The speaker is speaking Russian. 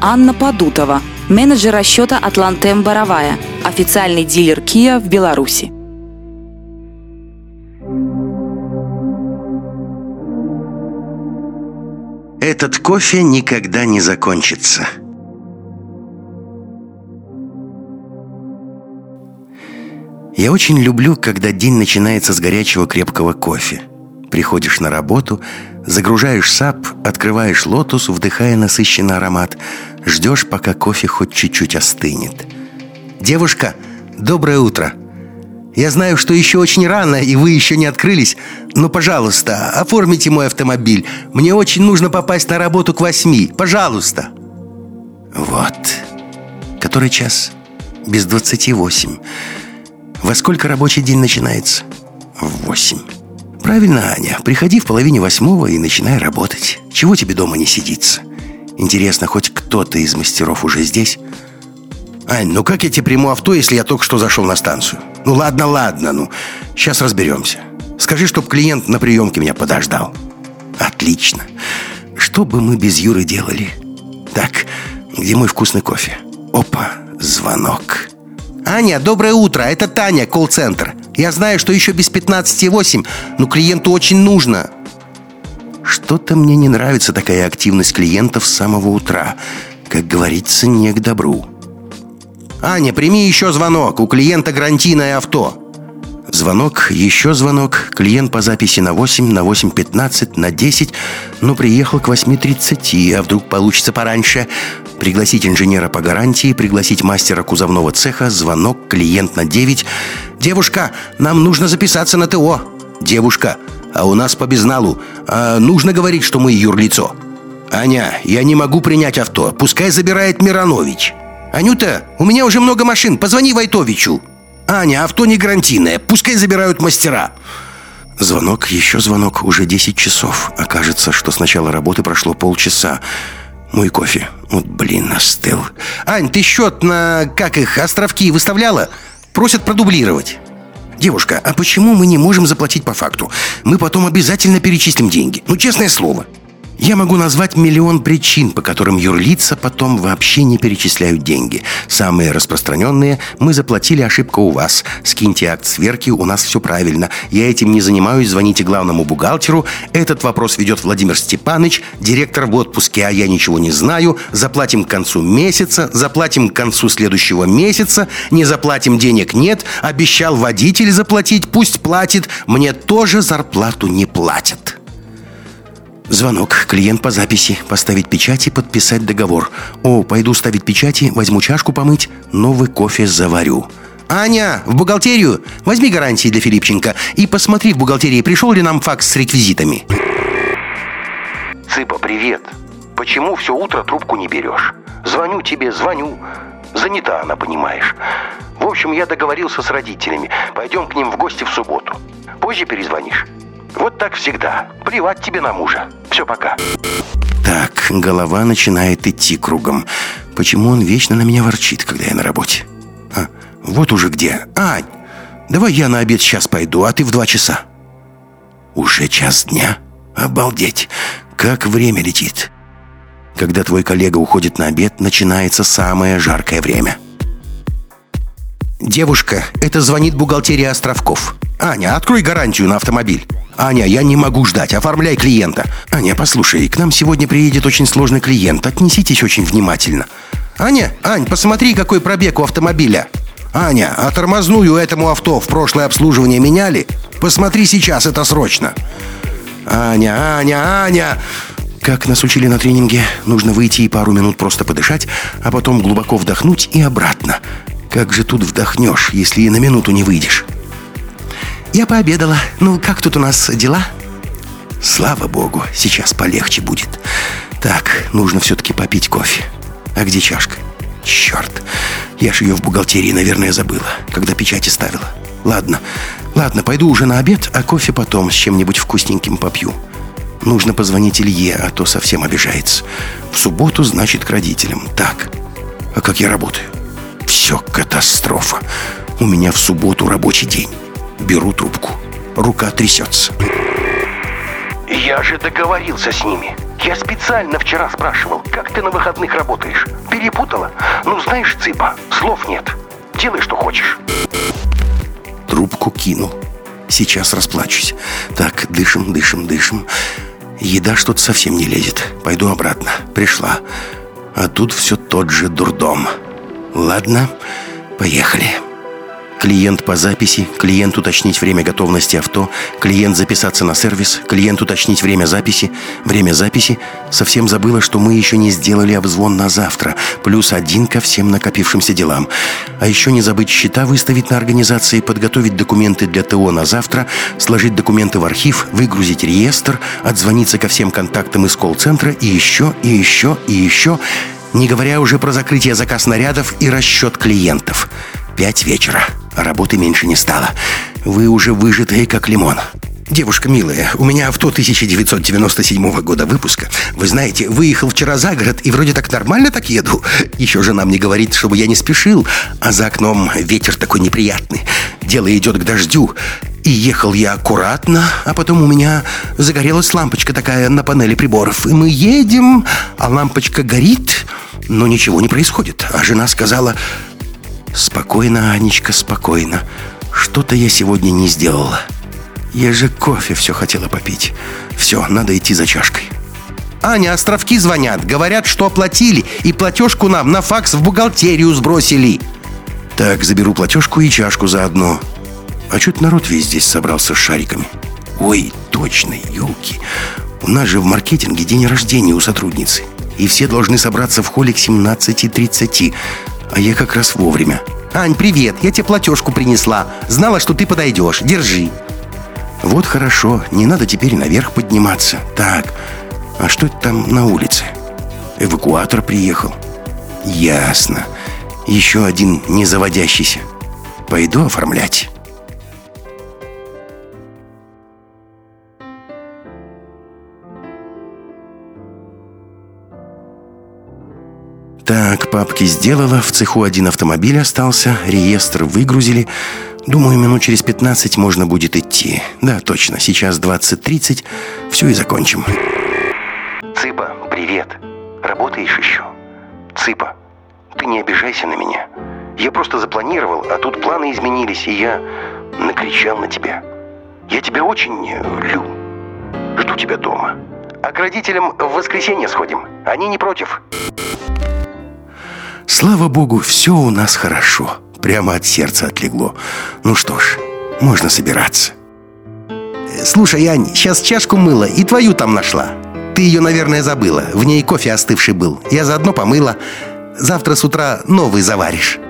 Анна Подутова, менеджер расчета «Атлантем Боровая», официальный дилер Kia в Беларуси. Этот кофе никогда не закончится. Я очень люблю, когда день начинается с горячего крепкого кофе. Приходишь на работу, загружаешь САП, открываешь лотус, вдыхая насыщенный аромат, ждешь, пока кофе хоть чуть-чуть остынет. «Девушка, доброе утро! Я знаю, что еще очень рано, и вы еще не открылись, но, пожалуйста, оформите мой автомобиль. Мне очень нужно попасть на работу к 8. Пожалуйста!» Вот. Который час? Без 28. Во сколько рабочий день начинается? В 8. Правильно, Аня. Приходи в половине 8 и начинай работать. Чего тебе дома не сидится? Интересно, хоть кто-то из мастеров уже здесь? Ань, ну как я тебе приму авто, если я только что зашел на станцию? Ну ладно, сейчас разберемся. Скажи, чтоб клиент на приемке меня подождал. Отлично. Что бы мы без Юры делали? Так, где мой вкусный кофе? Опа, звонок. «Аня, доброе утро, это Таня, колл-центр. Я знаю, что еще без 15:08, но клиенту очень нужно». Что-то мне не нравится такая активность клиентов с самого утра. Как говорится, не к добру. «Аня, прими еще звонок, у клиента гарантийное авто». Звонок, еще звонок. Клиент по записи на 8, на 8:15, на 10. Но приехал к 8:30, а вдруг получится пораньше. Пригласить инженера по гарантии, пригласить мастера кузовного цеха. Звонок, клиент на 9. «Девушка, нам нужно записаться на ТО». «Девушка, а у нас по безналу. Нужно говорить, что мы юрлицо». «Аня, я не могу принять авто. Пускай забирает Миронович». «Анюта, у меня уже много машин. Позвони Войтовичу». «Аня, авто не гарантийное. Пускай забирают мастера». Звонок, еще звонок. Уже 10 часов. Окажется, что с начала работы прошло полчаса. Мой кофе. Вот, остыл. «Ань, ты счет на, островки выставляла? Просят продублировать». «Девушка, а почему мы не можем заплатить по факту? Мы потом обязательно перечислим деньги. Честное слово». Я могу назвать миллион причин, по которым юрлица потом вообще не перечисляют деньги. Самые распространенные: мы заплатили, ошибка у вас. Скиньте акт сверки, у нас все правильно. Я этим не занимаюсь, звоните главному бухгалтеру. Этот вопрос ведет Владимир Степанович. Директор в отпуске, а я ничего не знаю. Заплатим к концу месяца, заплатим к концу следующего месяца. Не заплатим, денег нет. Обещал водитель заплатить, пусть платит. Мне тоже зарплату не платят. Звонок, клиент по записи. Поставить печати, подписать договор. О, пойду ставить печати, возьму чашку помыть, новый кофе заварю. «Аня, в бухгалтерию? Возьми гарантии для Филипченко и посмотри в бухгалтерии, пришел ли нам факс с реквизитами». «Цыпа, привет. Почему все утро трубку не берешь? Звоню тебе, звоню. Занята она, понимаешь. В общем, я договорился с родителями. Пойдем к ним в гости в субботу. Позже перезвонишь. Вот так всегда. Плевать тебе на мужа. Все, пока». Так, голова начинает идти кругом. Почему он вечно на меня ворчит, когда я на работе? Вот уже где. «Ань, давай я на обед сейчас пойду, а ты в 2 часа». Уже час дня? Обалдеть, как время летит. Когда твой коллега уходит на обед, начинается самое жаркое время. «Девушка, это звонит бухгалтерия Островков. Аня, открой гарантию на автомобиль». «Аня, я не могу ждать, оформляй клиента». «Аня, послушай, к нам сегодня приедет очень сложный клиент. Отнеситесь очень внимательно». «Ань, посмотри, какой пробег у автомобиля». «Аня, а тормозную этому авто в прошлое обслуживание меняли? Посмотри сейчас, это срочно». Аня. Как нас учили на тренинге, нужно выйти и пару минут просто подышать, а потом глубоко вдохнуть и обратно. Как же тут вдохнешь, если и на минуту не выйдешь? Я пообедала. Как тут у нас дела? Слава богу, сейчас полегче будет. Так, нужно все-таки попить кофе. А где чашка? Черт, я ж ее в бухгалтерии, наверное, забыла, когда печати ставила. Ладно, пойду уже на обед, а кофе потом с чем-нибудь вкусненьким попью. Нужно позвонить Илье, а то совсем обижается. В субботу, значит, к родителям. Так, а как я работаю? Все, катастрофа. У меня в субботу рабочий день. Беру трубку. Рука трясется. «Я же договорился с ними. Я специально вчера спрашивал, как ты на выходных работаешь. Перепутала? Ну, знаешь, Цыпа, слов нет. Делай, что хочешь. Трубку кинул. Сейчас расплачусь. Так, дышим. Еда что-то совсем не лезет. Пойду обратно. Пришла. А тут все тот же дурдом. Ладно, поехали. Клиент по записи, клиент уточнить время готовности авто, клиент записаться на сервис, клиент уточнить время записи. Совсем забыла, что мы еще не сделали обзвон на завтра. +1 ко всем накопившимся делам. А еще не забыть счета выставить на организации, подготовить документы для ТО на завтра, сложить документы в архив, выгрузить реестр, отзвониться ко всем контактам из колл-центра и еще. Не говоря уже про закрытие заказ нарядов и расчет клиентов. 5 вечера, а работы меньше не стало. Вы уже выжатые, как лимон. Девушка милая, у меня авто 1997 года выпуска. Вы знаете, выехал вчера за город и вроде так нормально так еду. Еще жена мне говорит, чтобы я не спешил. А за окном ветер такой неприятный. Дело идет к дождю. И ехал я аккуратно, а потом у меня загорелась лампочка такая на панели приборов. И мы едем, а лампочка горит, но ничего не происходит. А жена сказала: «Спокойно, Анечка, спокойно. Что-то я сегодня не сделала. Я же кофе все хотела попить. Все, надо идти за чашкой». «Аня, островки звонят. Говорят, что оплатили. И платежку нам на факс в бухгалтерию сбросили». «Так, заберу платежку и чашку заодно». «А что-то народ весь здесь собрался с шариками». «Ой, точно, елки. У нас же в маркетинге день рождения у сотрудницы. И все должны собраться в холле к 17:30. А я как раз вовремя». «Ань, привет, я тебе платежку принесла. Знала, что ты подойдешь. Держи». «Вот хорошо, не надо теперь наверх подниматься. Так, а что это там на улице?» «Эвакуатор приехал». «Ясно. Еще один незаводящийся. Пойду оформлять». Так, папки сделала, в цеху один автомобиль остался, реестр выгрузили. Думаю, минут через 15 можно будет идти. Да, точно, сейчас 20:30, все и закончим. Цыпа, привет. Работаешь еще? Цыпа, ты не обижайся на меня. Я просто запланировал, а тут планы изменились, и я накричал на тебя. Я тебя очень люблю. Жду тебя дома. А к родителям в воскресенье сходим. Они не против. Слава богу, все у нас хорошо. Прямо от сердца отлегло. Ну что ж, можно собираться. Слушай, Ань, сейчас чашку мыла и твою там нашла. Ты ее, наверное, забыла. В ней кофе остывший был. Я заодно помыла. Завтра с утра новый заваришь.